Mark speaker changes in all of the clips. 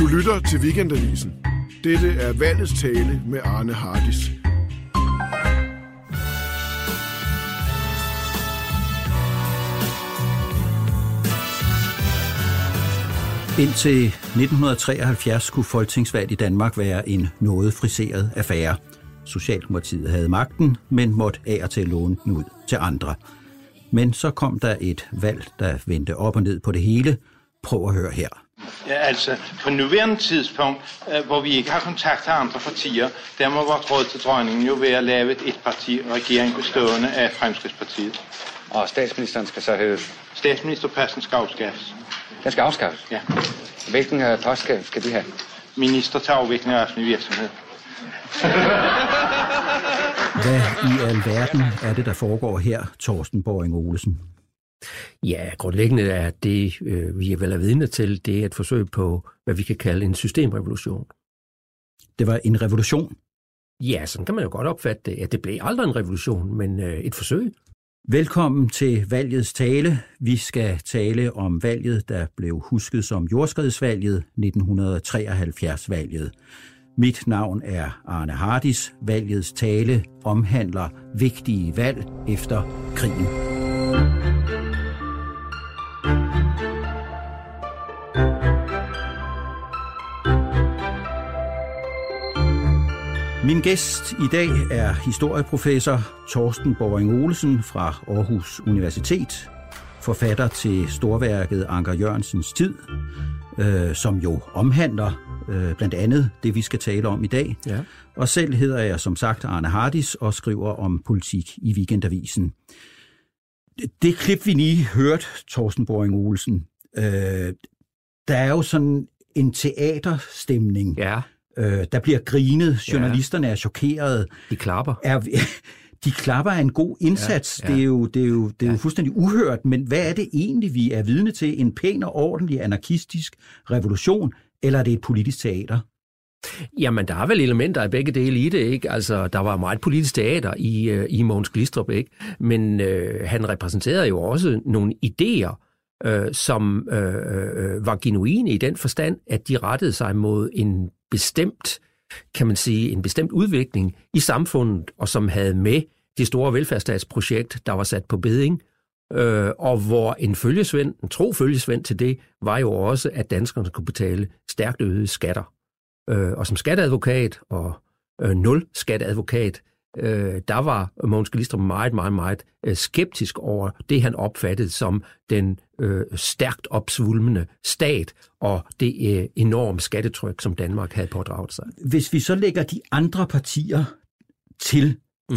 Speaker 1: Du lytter til Weekendavisen. Dette er valgets tale med Arne Hardis.
Speaker 2: Indtil 1973 kunne folketingsvalg i Danmark være en noget friseret affære. Socialdemokratiet havde magten, men måtte af og til låne den ud til andre. Men så kom der et valg, der vendte op og ned på det hele. Prøv at høre her.
Speaker 3: Ja, altså, på nuværende tidspunkt, hvor vi ikke har kontakt til andre partier, der må vores råd til dronningen jo være at lave et etparti-regering bestående af Fremskridtspartiet.
Speaker 4: Og statsministeren skal så hedde?
Speaker 3: Statsministerposten skal afskaffes. Den skal
Speaker 4: afskaffes?
Speaker 3: Ja.
Speaker 4: Hvilken post skal de have?
Speaker 3: Minister til afvikling af offentlig virksomhed.
Speaker 2: Hvad i alverden er det, der foregår her, Torsten Borring Olesen?
Speaker 5: Ja, grundlæggende er det, vi er vel vidne til, det er et forsøg på, hvad vi kan kalde en systemrevolution.
Speaker 2: Det var en revolution?
Speaker 5: Ja, sådan kan man jo godt opfatte det. Ja, det blev aldrig en revolution, men et forsøg.
Speaker 2: Velkommen til valgets tale. Vi skal tale om valget, der blev husket som jordskredsvalget, 1973-valget. Mit navn er Arne Hardis. Valgets tale omhandler vigtige valg efter krigen. Min gæst i dag er historieprofessor Torsten Borring Olesen fra Aarhus Universitet, forfatter til storværket Anker Jørgensens tid, som jo omhandler blandt andet det, vi skal tale om i dag. Ja. Og selv hedder jeg som sagt Arne Hardis og skriver om politik i Weekendavisen. Det klip, vi lige hørte, Torsten Borring Olesen, der er jo sådan en teaterstemning.
Speaker 5: Ja.
Speaker 2: Der bliver grinet, journalisterne er chokerede.
Speaker 5: De klapper.
Speaker 2: De klapper af en god indsats. Ja. Det er jo fuldstændig uhørt, men hvad er det egentlig, vi er vidne til? En pæn og ordentlig anarkistisk revolution, eller er det et politisk teater?
Speaker 5: Jamen, der er vel elementer af begge dele i det, ikke? Altså, der var meget politisk teater i Mogens Glistrup, ikke? Men han repræsenterede jo også nogle idéer, som var genuine i den forstand, at de rettede sig mod en bestemt, kan man sige, en bestemt udvikling i samfundet, og som havde med det store velfærdsstatsprojekt, der var sat på beding, og hvor en tro følgesvend til det, var jo også, at danskerne skulle betale stærkt øgede skatter. Og som skatteadvokat og nul skatteadvokat, der var Mogens Glistrup meget skeptisk over det, han opfattede som den stærkt opsvulmende stat og det enorme skattetryk, som Danmark havde pådraget sig.
Speaker 2: Hvis vi så lægger de andre partier til,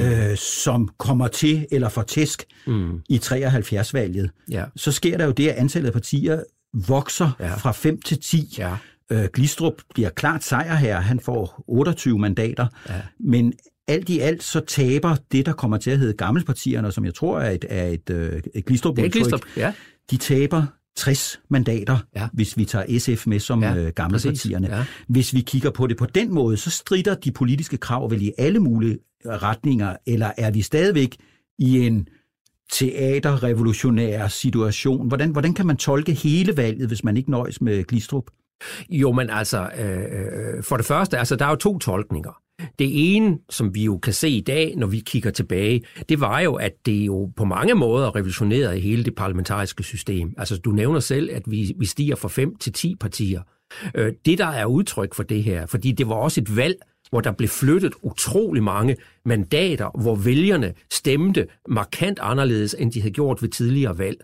Speaker 2: som kommer til eller får tæsk i 73-valget, så sker der jo det, at antallet af partier vokser fra 5 til 10. Ja. Glistrup bliver klart sejrherre, han får 28 mandater, men alt i alt så taber det, der kommer til at hedde Gammelpartierne, som jeg tror er et Glistrup-udtryk, de taber 60 mandater, hvis vi tager SF med som Gammelpartierne. Ja. Hvis vi kigger på det på den måde, så strider de politiske krav vel i alle mulige retninger, eller er vi stadigvæk i en teaterrevolutionær situation? Hvordan kan man tolke hele valget, hvis man ikke nøjes med Glistrup?
Speaker 5: Jo, men altså, for det første, altså, der er jo 2 tolkninger. Det ene, som vi jo kan se i dag, når vi kigger tilbage, det var jo, at det jo på mange måder revolutionerede hele det parlamentariske system. Altså, du nævner selv, at vi stiger fra 5 til 10 partier. Det, der er udtryk for det her, fordi det var også et valg, hvor der blev flyttet utrolig mange mandater, hvor vælgerne stemte markant anderledes, end de havde gjort ved tidligere valg.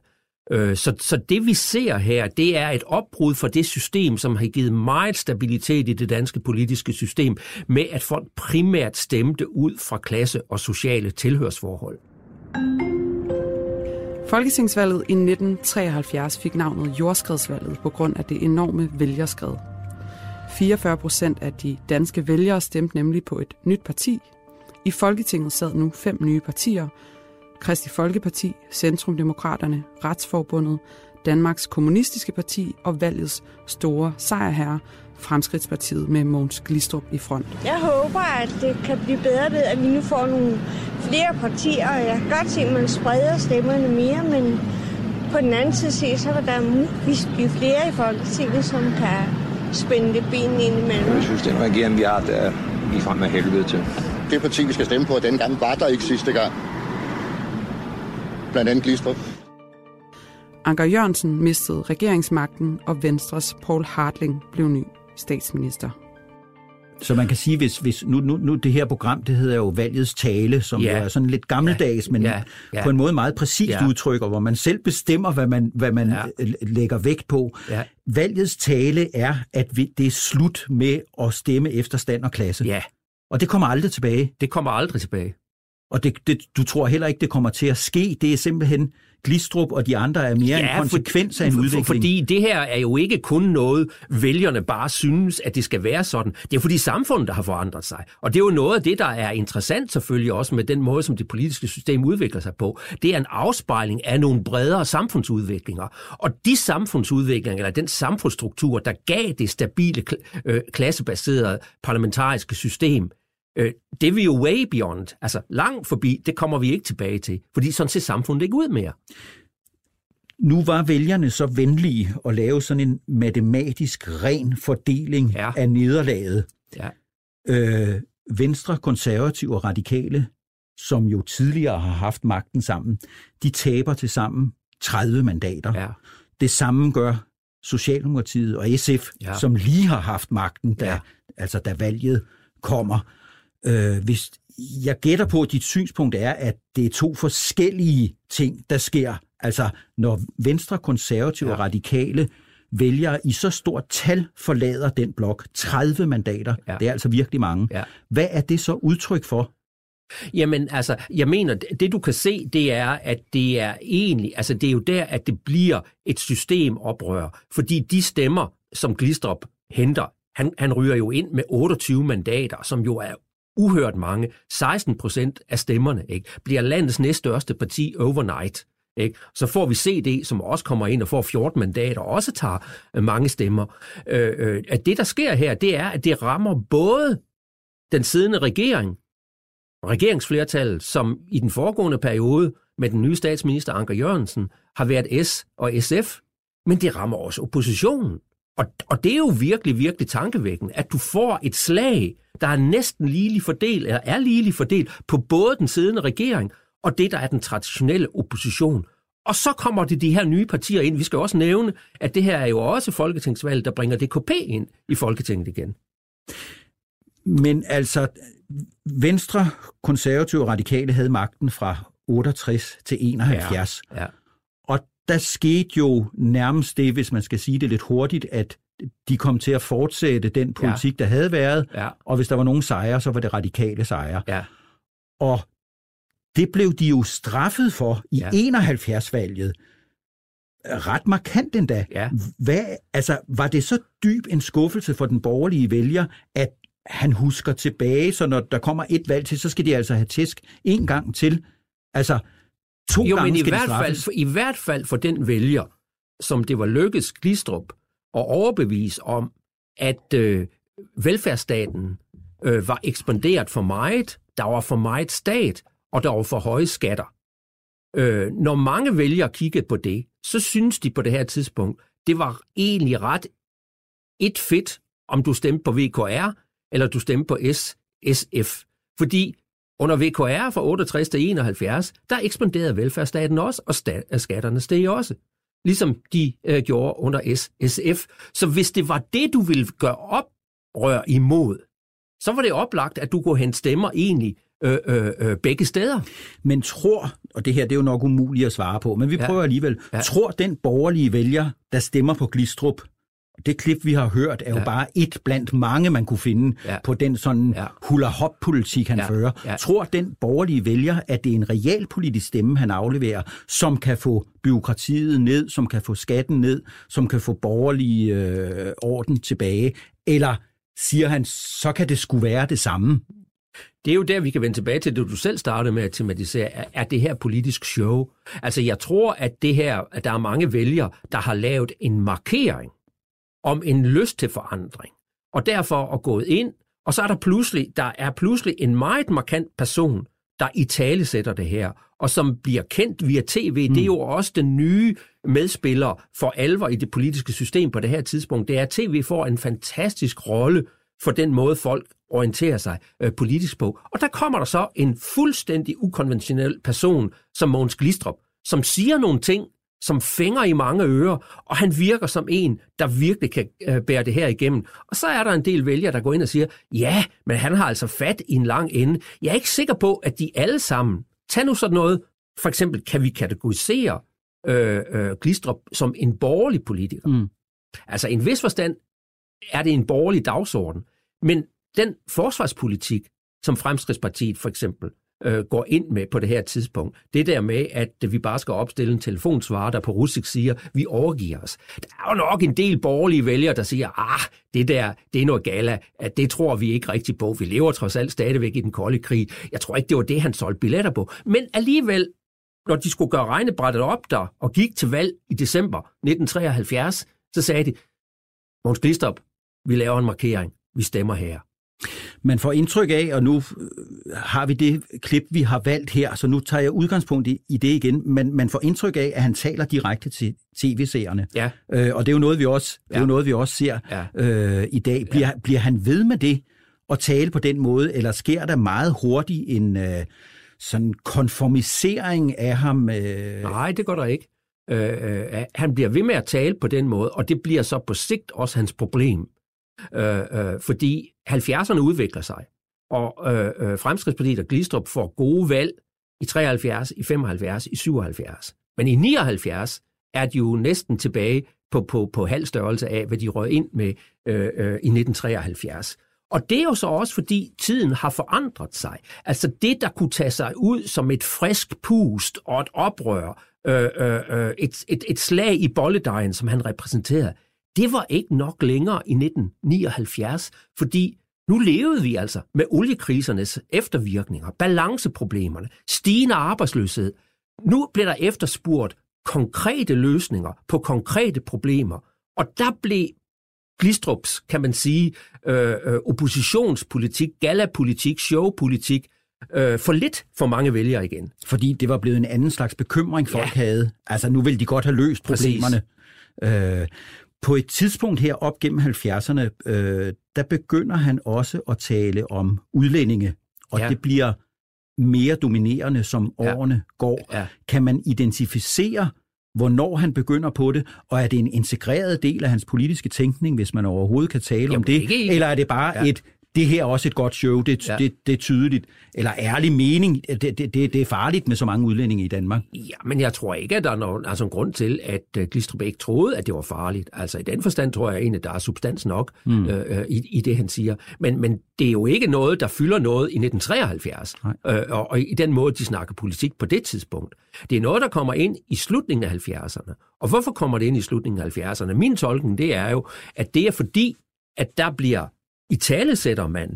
Speaker 5: Så det, vi ser her, det er et opbrud for det system, som har givet meget stabilitet i det danske politiske system, med at folk primært stemte ud fra klasse og sociale tilhørsforhold.
Speaker 6: Folketingsvalget i 1973 fik navnet jordskredsvalget på grund af det enorme vælgerskred. 44% af de danske vælgere stemte nemlig på et nyt parti. I Folketinget sad nu 5 nye partier: Kristi Folkeparti, Centrumdemokraterne, Retsforbundet, Danmarks Kommunistiske Parti og valgets store sejrherre, Fremskridtspartiet med Mogens Glistrup i front.
Speaker 7: Jeg håber, at det kan blive bedre ved, at vi nu får nogle flere partier, og jeg kan godt se, at man spreder stemmerne mere, men på den anden side så vil der muligvis blive flere i Folketinget, som kan spændte ben ind imellem.
Speaker 8: Jeg synes, den regering, vi har, der er ligefrem med helvede til.
Speaker 9: Det parti, vi skal stemme på den gang, var der ikke sidste gang. Blandt andet Glistrup.
Speaker 6: Anker Jørgensen mistede regeringsmagten, og Venstres Poul Hartling blev ny statsminister.
Speaker 2: Så man kan sige, hvis nu det her program, det hedder jo Valgets Tale, som er sådan lidt gammeldags, men på en måde meget præcist udtrykker, hvor man selv bestemmer, hvad man lægger vægt på. Ja. Valgets Tale er, at det er slut med at stemme efter stand og klasse. Ja. Og det kommer aldrig tilbage.
Speaker 5: Det kommer aldrig tilbage.
Speaker 2: Og du tror heller ikke, det kommer til at ske. Det er simpelthen Glistrup og de andre er mere en konsekvens af en udvikling.
Speaker 5: Fordi det her er jo ikke kun noget, vælgerne bare synes, at det skal være sådan. Det er fordi samfundet, der har forandret sig. Og det er jo noget af det, der er interessant selvfølgelig også med den måde, som det politiske system udvikler sig på. Det er en afspejling af nogle bredere samfundsudviklinger. Og de samfundsudviklinger, eller den samfundsstruktur, der gav det stabile, klassebaserede parlamentariske system, det er vi jo way beyond, altså langt forbi, det kommer vi ikke tilbage til, fordi sådan ser samfundet ikke ud mere.
Speaker 2: Nu var vælgerne så venlige at lave sådan en matematisk ren fordeling af nederlaget. Ja. Venstre, Konservative og Radikale, som jo tidligere har haft magten sammen, de taber til sammen 30 mandater. Ja. Det samme gør Socialdemokratiet og SF, som lige har haft magten, da valget kommer. Hvis jeg gætter på, at dit synspunkt er, at det er to forskellige ting, der sker. Altså, når Venstre, Konservative og Radikale vælgere i så stort tal forlader den blok, 30 mandater, det er altså virkelig mange. Ja. Hvad er det så udtryk for?
Speaker 5: Jamen, altså, jeg mener, det du kan se, det er, at det er egentlig, altså det er jo der, at det bliver et systemoprør, fordi de stemmer, som Glistrup henter, han ryger jo ind med 28 mandater, som jo er uhørt mange. 16% af stemmerne, ikke, bliver landets næststørste parti overnight. Ikke? Så får vi CD, som også kommer ind og får 14 mandater, og også tager mange stemmer. At det, der sker her, det er, at det rammer både den siddende regering, regeringsflertallet, som i den foregående periode med den nye statsminister Anker Jørgensen har været S og SF, men det rammer også oppositionen. Og det er jo virkelig, virkelig tankevækkende, at du får et slag, der er næsten ligeligt fordelt, eller er ligeligt fordelt på både den siddende regering og det, der er den traditionelle opposition. Og så kommer det de her nye partier ind. Vi skal også nævne, at det her er jo også folketingsvalget, der bringer DKP ind i Folketinget igen.
Speaker 2: Men altså, Venstre, Konservative og Radikale havde magten fra 68 til 71. Ja. Og der skete jo nærmest det, hvis man skal sige det lidt hurtigt, at de kom til at fortsætte den politik, der havde været, og hvis der var nogen sejre, så var det radikale sejre. Ja. Og det blev de jo straffet for i 71-valget. Ret markant endda. Ja. Var det så dyb en skuffelse for den borgerlige vælger, at han husker tilbage, så når der kommer et valg til, så skal de altså have tæsk en gang til? Altså, to gange skal de straffes.
Speaker 5: I hvert fald for den vælger, som det var lykkedes Glistrup at overbevise om, at velfærdsstaten var ekspanderet for meget, der var for meget stat, og der var for høje skatter. Når mange vælgere kiggede på det, så synes de på det her tidspunkt, det var egentlig ret fedt, om du stemte på VKR, eller du stemte på SF. Fordi under VKR fra 68 til 71, der ekspanderede velfærdsstaten også, og skatterne steg også. Ligesom de gjorde under SF. Så hvis det var det, du ville gøre oprør imod, så var det oplagt, at du kunne hente stemmer egentlig begge steder.
Speaker 2: Men og det her det er jo nok umuligt at svare på, men vi prøver alligevel, tror den borgerlige vælger, der stemmer på Glistrup, det klip, vi har hørt, er jo bare et blandt mange, man kunne finde på den sådan hula-hop-politik, han fører. Tror den borgerlige vælger, at det er en realpolitisk stemme, han afleverer, som kan få byråkratiet ned, som kan få skatten ned, som kan få borgerlig orden tilbage? Eller siger han, så kan det sgu være det samme?
Speaker 5: Det er jo der, vi kan vende tilbage til det, du selv startede med at tematisere. Er det her politisk show? Altså, jeg tror, at der er mange vælgere, der har lavet en markering om en lyst til forandring, og derfor er gået ind, og så er der pludselig en meget markant person, der italesætter det her, og som bliver kendt via tv. Det er jo også den nye medspiller for alvor i det politiske system på det her tidspunkt. Det er, at tv får en fantastisk rolle for den måde, folk orienterer sig politisk på. Og der kommer der så en fuldstændig ukonventionel person som Mogens Glistrup, som siger nogle ting, som fænger i mange ører, og han virker som en, der virkelig kan bære det her igennem. Og så er der en del vælgere, der går ind og siger, ja, men han har altså fat i en lang ende. Jeg er ikke sikker på, at de alle sammen, tag nu sådan noget, for eksempel kan vi kategorisere Glistrup som en borgerlig politiker. Altså i en vis forstand er det en borgerlig dagsorden, men den forsvarspolitik, som Fremskridtspartiet for eksempel går ind med på det her tidspunkt. Det der med, at vi bare skal opstille en telefonsvarer, der på russisk siger, vi overgiver os. Der er jo nok en del borgerlige vælgere, der siger, det der, det er noget gala, at det tror vi ikke rigtigt på. Vi lever trods alt stadigvæk i den kolde krig. Jeg tror ikke, det var det, han solgte billetter på. Men alligevel, når de skulle gøre regnebrættet op der, og gik til valg i december 1973, så sagde de, Mogens Glistrup, vi laver en markering. Vi stemmer her.
Speaker 2: Man får indtryk af, og nu har vi det klip, vi har valgt her, så nu tager jeg udgangspunkt i det igen, men man får indtryk af, at han taler direkte til tv-seerne.
Speaker 5: Ja.
Speaker 2: Og det er jo noget, vi også, ser i dag. Bliver han ved med det at tale på den måde, eller sker der meget hurtigt en sådan konformisering af ham?
Speaker 5: Nej, det går der ikke. Han bliver ved med at tale på den måde, og det bliver så på sigt også hans problem. Fordi 70'erne udvikler sig, og Fremskridtspartiet og Glistrup får gode valg i 73, i 75, i 77. Men i 79 er de jo næsten tilbage på halv størrelse af, hvad de røg ind med i 1973. Og det er jo så også, fordi tiden har forandret sig. Altså det, der kunne tage sig ud som et frisk pust og et oprør, et slag i bolledejen, som han repræsenterede, det var ikke nok længere i 1979, fordi nu levede vi altså med oliekrisernes eftervirkninger, balanceproblemerne, stigende arbejdsløshed. Nu blev der efterspurgt konkrete løsninger på konkrete problemer, og der blev Glistrups, kan man sige, oppositionspolitik, gallapolitik, showpolitik, for lidt for mange vælgere igen.
Speaker 2: Fordi det var blevet en anden slags bekymring, folk havde. Altså nu ville de godt have løst problemerne. På et tidspunkt her op gennem 70'erne, der begynder han også at tale om udlændinge, og det bliver mere dominerende, som årene går. Ja. Kan man identificere, hvornår han begynder på det, og er det en integreret del af hans politiske tænkning, hvis man overhovedet kan tale om det, eller er det bare det her er også et godt show, det er tydeligt, eller ærlig mening, det er farligt med så mange udlændinge i Danmark?
Speaker 5: Ja, men jeg tror ikke, at der er en grund til, at Glistrup ikke troede, at det var farligt. Altså i den forstand tror jeg egentlig, at der er substans nok i det, han siger. Men det er jo ikke noget, der fylder noget i 1973, og i den måde, de snakker politik på det tidspunkt. Det er noget, der kommer ind i slutningen af 70'erne. Og hvorfor kommer det ind i slutningen af 70'erne? Min tolkning, det er jo, at det er fordi, at der bliver italesætter man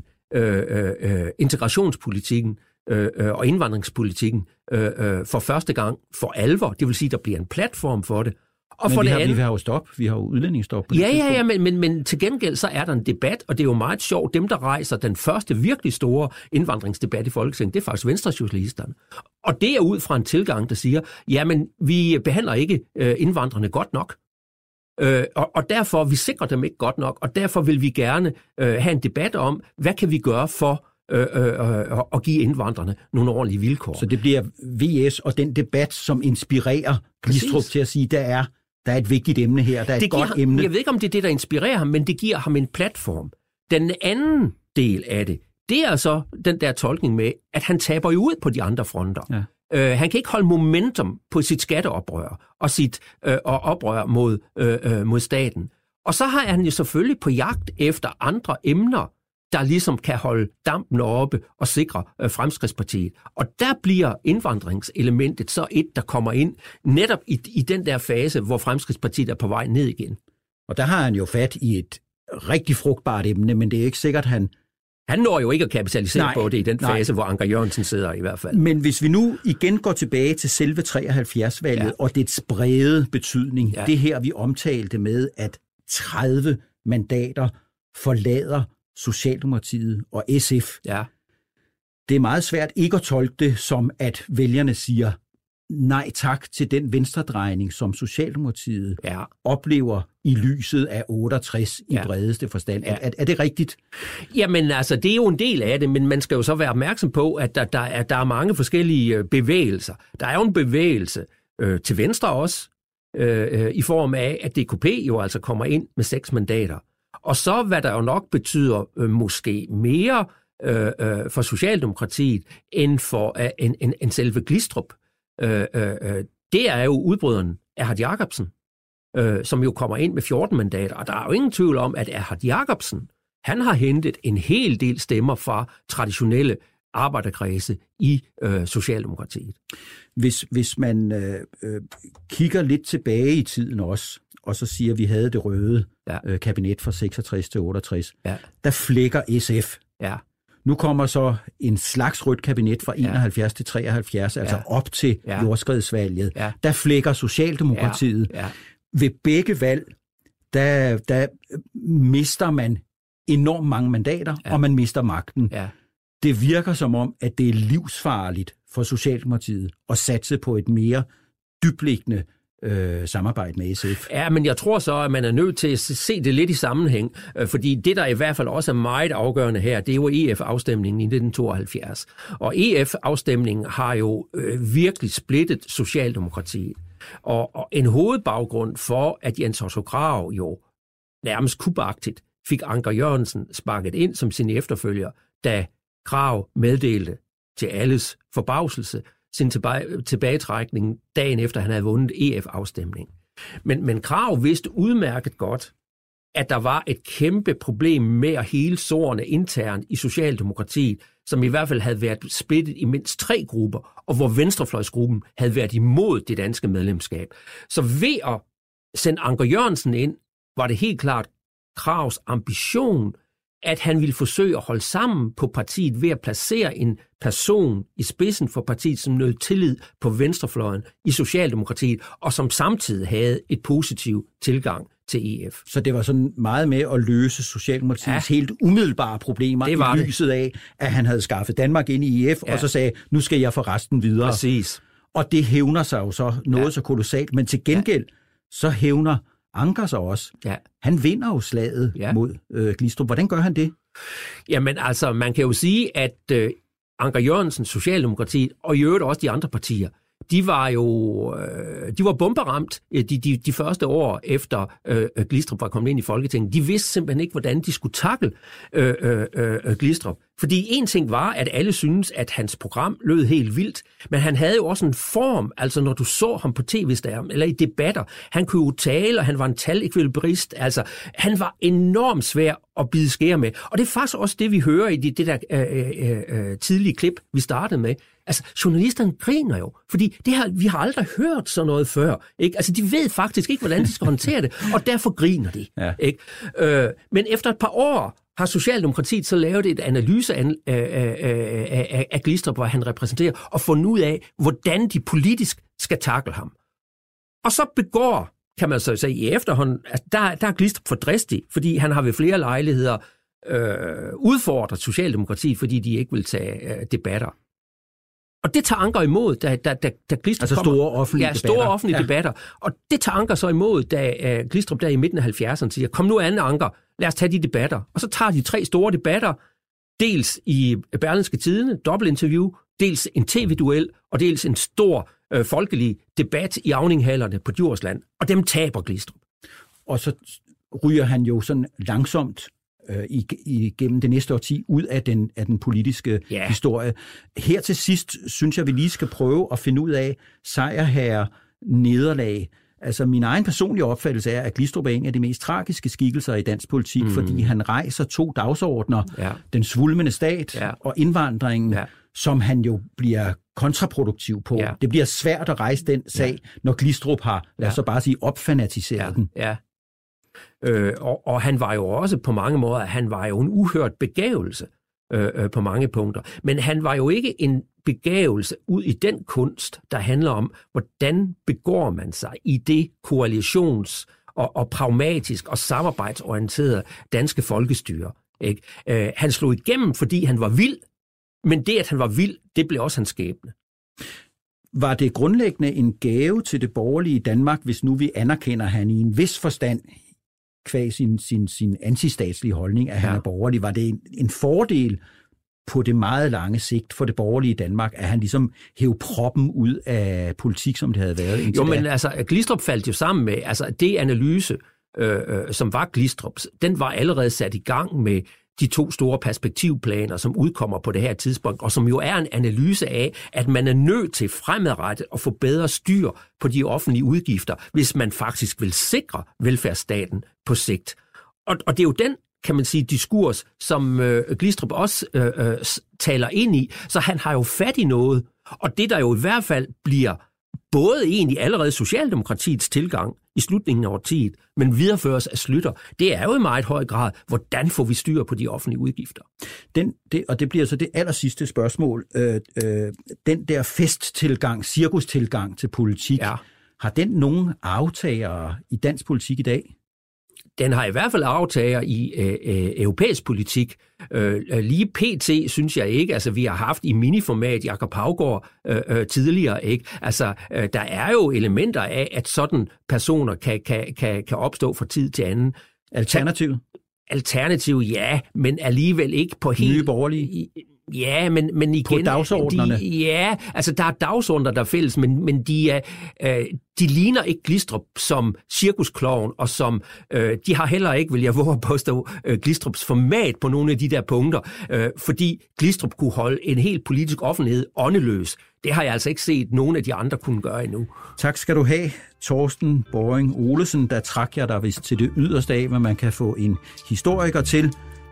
Speaker 5: integrationspolitikken og indvandringspolitikken for første gang for alvor. Det vil sige, der bliver en platform for det. Og
Speaker 2: men
Speaker 5: for
Speaker 2: vi har jo stop. Vi har jo udlændingsstop på det tidspunkt.
Speaker 5: Men til gengæld så er der en debat, og det er jo meget sjovt. Dem, der rejser den første virkelig store indvandringsdebat i Folketinget, det er faktisk venstresocialisterne. Og det er ud fra en tilgang, der siger, jamen, vi behandler ikke indvandrerne godt nok. Og derfor, vi sikrer dem ikke godt nok, og derfor vil vi gerne have en debat om, hvad kan vi gøre for at give indvandrerne nogle ordentlige vilkår.
Speaker 2: Så det bliver VS og den debat, som inspirerer Glistrup til at sige, der er et vigtigt emne her, der er et godt emne.
Speaker 5: Jeg ved ikke, om det er det, der inspirerer ham, men det giver ham en platform. Den anden del af det, det er så den der tolkning med, at han taber jo ud på de andre fronter. Ja. Han kan ikke holde momentum på sit skatteoprør og sit oprør mod staten. Og så har han jo selvfølgelig på jagt efter andre emner, der ligesom kan holde dampen oppe og sikre Fremskridtspartiet. Og der bliver indvandringselementet så et, der kommer ind netop i den der fase, hvor Fremskridtspartiet er på vej ned igen.
Speaker 2: Og der har han jo fat i et rigtig frugtbart emne, men det er ikke sikkert,
Speaker 5: han når jo ikke at kapitalisere på det i den fase, hvor Anker Jørgensen sidder i hvert fald.
Speaker 2: Men hvis vi nu igen går tilbage til selve 73-valget og dets brede betydning, det her vi omtalte med, at 30 mandater forlader Socialdemokratiet og SF.
Speaker 5: Ja.
Speaker 2: det er meget svært ikke at tolke det som, at vælgerne siger nej tak til den venstredrejning, som Socialdemokratiet oplever i lyset af 68 i bredeste forstand. Er det rigtigt?
Speaker 5: Jamen altså, det er jo en del af det, men man skal jo så være opmærksom på, at der er mange forskellige bevægelser. Der er jo en bevægelse til venstre også, i form af, at DKP jo altså kommer ind med 6 mandater. Og så, hvad der jo nok betyder måske mere for Socialdemokratiet, end for en selve Glistrup, det er jo udbryderen Erhard Jacobsen, som jo kommer ind med 14 mandater. Og der er jo ingen tvivl om, at Erhard Jacobsen, han har hentet en hel del stemmer fra traditionelle arbejderkredse i Socialdemokratiet.
Speaker 2: Hvis man kigger lidt tilbage i tiden også, og så siger, at vi havde det røde kabinet fra 66 til 68, der flækker SF.
Speaker 5: Ja.
Speaker 2: Nu kommer så en slags rødt kabinet fra 71 til 73, altså op til jordskredsvalget. Ja. Der flækker Socialdemokratiet. Ja. Ja. Ved begge valg, der mister man enormt mange mandater, og man mister magten. Ja. Det virker som om, at det er livsfarligt for Socialdemokratiet at satse på et mere dybtliggende samarbejde med SF.
Speaker 5: Ja, men jeg tror så, at man er nødt til at se det lidt i sammenhæng, fordi det, der i hvert fald også er meget afgørende her, det er jo EF-afstemningen i 1972. Og EF-afstemningen har jo virkelig splittet Socialdemokratiet. Og en hovedbaggrund for, at Jens Otto Krag jo nærmest kubagtigt fik Anker Jørgensen sparket ind som sin efterfølger, da Krag meddelte til alles forbavselse sin tilbagetrækning dagen efter, han havde vundet EF-afstemning. Men Krag vidste udmærket godt, at der var et kæmpe problem med at hele sårene internt i Socialdemokratiet, som i hvert fald havde været splittet i mindst 3 grupper, og hvor venstrefløjsgruppen havde været imod det danske medlemskab. Så ved at sende Anker Jørgensen ind, var det helt klart Krags ambition, at han ville forsøge at holde sammen på partiet ved at placere en person i spidsen for partiet, som nød tillid på venstrefløjen i Socialdemokratiet, og som samtidig havde et positiv tilgang til EF.
Speaker 2: Så det var sådan meget med at løse Socialdemokratiets helt umiddelbare problemer i lyset af, at han havde skaffet Danmark ind i EF, og så sagde, nu skal jeg få resten videre.
Speaker 5: Præcis.
Speaker 2: Og det hævner sig jo så noget så kolossalt, men til gengæld så hævner Anker sig også. Ja. Han vinder jo slaget mod Glistrup. Hvordan gør han det?
Speaker 5: Jamen altså, man kan jo sige, at Anker Jørgensen, Socialdemokratiet, og i øvrigt også de andre partier, de var bomberamt de første år efter Glistrup var kommet ind i Folketinget. De vidste simpelthen ikke, hvordan de skulle tackle Glistrup. Fordi en ting var, at alle syntes, at hans program lød helt vildt, men han havde jo også en form, altså når du så ham på tv-skærmen eller i debatter, han kunne jo tale, og han var en talekvilibrist, altså han var enormt svær at bide skære med. Og det er faktisk også det, vi hører i det der tidlige klip, vi startede med. Altså, journalisterne griner jo, fordi vi har aldrig hørt sådan noget før. Ikke? Altså, de ved faktisk ikke, hvordan de skal håndtere det, og derfor griner de. Ja. Ikke? Men efter et par år har Socialdemokratiet så lavet et analyse af Glistrup, hvor han repræsenterer, og fundet ud af, hvordan de politisk skal tackle ham. Og så begår, kan man så sige i efterhånden, altså, der er Glistrup for dristig, fordi han har ved flere lejligheder udfordret Socialdemokratiet, fordi de ikke vil tage debatter. Og det tager Anker imod, da Glistrup
Speaker 2: altså store offentlige debatter.
Speaker 5: Store offentlige debatter. Og det tager Anker så imod, da Glistrup der i midten af 70'erne siger, kom nu an, Anker, lad os tage de debatter. Og så tager de 3 store debatter, dels i Berlingske Tidende, dobbeltinterview, dels en tv-duel, og dels en stor folkelig debat i Avninghallerne på Djursland. Og dem taber Glistrup.
Speaker 2: Og så ryger han jo sådan langsomt igennem det næste årti ud af den politiske historie. Her til sidst synes jeg, vi lige skal prøve at finde ud af sejrherre, nederlag. Altså min egen personlige opfattelse er, at Glistrup er en af de mest tragiske skikkelser i dansk politik, fordi han rejser 2 dagsordner, den svulmende stat og indvandringen, som han jo bliver kontraproduktiv på. Ja. Det bliver svært at rejse den sag, når Glistrup har, lad os så bare sige, opfanatiseret den.
Speaker 5: Ja. Og han var jo også på mange måder, han var jo en uhørt begævelse på mange punkter. Men han var jo ikke en begævelse ud i den kunst, der handler om, hvordan begår man sig i det koalitions- og pragmatisk og samarbejdsorienterede danske folkestyre. Ikke? Han slog igennem, fordi han var vild, Men det, at han var vild, det blev også hans skæbne.
Speaker 2: Var det grundlæggende en gave til det borgerlige Danmark, hvis nu vi anerkender, at han i en vis forstand, kvad sin antistatslige holdning, at han er borgerlig? Var det en fordel på det meget lange sigt for det borgerlige Danmark, at han ligesom hæv proppen ud af politik, som det havde været indtil
Speaker 5: Jo, men altså, Glistrup faldt jo sammen med, altså det analyse, som var Glistrups, den var allerede sat i gang med de 2 store perspektivplaner, som udkommer på det her tidspunkt, og som jo er en analyse af, at man er nødt til fremadrettet at få bedre styr på de offentlige udgifter, hvis man faktisk vil sikre velfærdsstaten på sigt. Og det er jo den, kan man sige, diskurs, som Glistrup også taler ind i, så han har jo fat i noget, og det der jo i hvert fald bliver både egentlig allerede Socialdemokratiets tilgang i slutningen af årtiet, men videreføres af Schlüter, det er jo i meget høj grad, hvordan får vi styr på de offentlige udgifter?
Speaker 2: Og det bliver så det allersidste spørgsmål. Den der festtilgang, cirkustilgang til politik, har den nogen aftagere i dansk politik i dag?
Speaker 5: Den har i hvert fald aftager i europæisk politik. Lige pt. Synes jeg ikke. Altså, vi har haft i miniformat Jakob Haugaard tidligere, ikke? Altså, der er jo elementer af, at sådan personer kan opstå fra tid til anden.
Speaker 2: Alternativ,
Speaker 5: ja, men alligevel ikke på helt...
Speaker 2: Nye borgerlige?
Speaker 5: Ja, men igen...
Speaker 2: På dagsordnerne?
Speaker 5: Altså der er dagsordner, der er fælles, men de ligner ikke Glistrup som cirkusklovn, og som de har heller ikke, vil jeg våge at påstå, Glistrups format på nogle af de der punkter, fordi Glistrup kunne holde en helt politisk offentlighed åndeløs. Det har jeg altså ikke set nogen af de andre kunne gøre endnu.
Speaker 2: Tak skal du have, Torsten Borring Olesen. Der trak jeg dig vist til det yderste af, hvad man kan få en historiker til.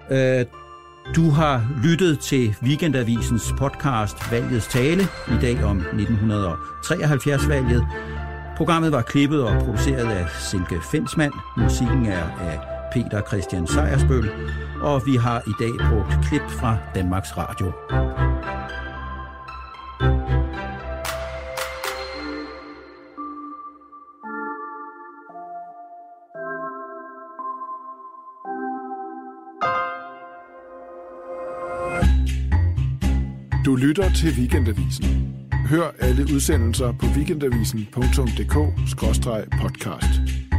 Speaker 2: Du har lyttet til Weekendavisens podcast Valgets Tale, i dag om 1973-valget. Programmet var klippet og produceret af Silke Fensmann. Musikken er af Peter Christian Sejersbøl, og vi har i dag brugt klip fra Danmarks Radio.
Speaker 1: Du lytter til Weekendavisen. Hør alle udsendelser på weekendavisen.dk/podcast.